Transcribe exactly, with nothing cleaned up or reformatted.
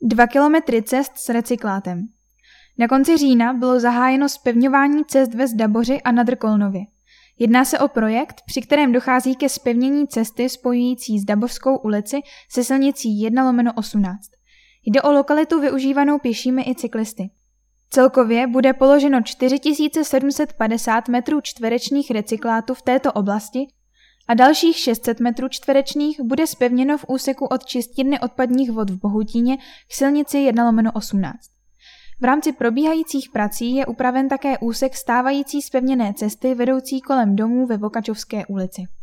Dva kilometry cest s recyklátem. Na konci října bylo zahájeno zpevňování cest ve Zdaboři a Nadrkolnově. Jedná se o projekt, při kterém dochází ke zpevnění cesty spojující Zdabořskou ulici se silnicí jedna lomeno osmnáct. Jde o lokalitu využívanou pěšími i cyklisty. Celkově bude položeno čtyři tisíce sedm set padesát metrů čtverečních recyklátu v této oblasti a dalších šest set metrů čtverečních bude zpevněno v úseku od čistírny odpadních vod v Bohutíně k silnici jedna lomeno osmnáct. V rámci probíhajících prací je upraven také úsek stávající zpevněné cesty vedoucí kolem domů ve Vokačovské ulici.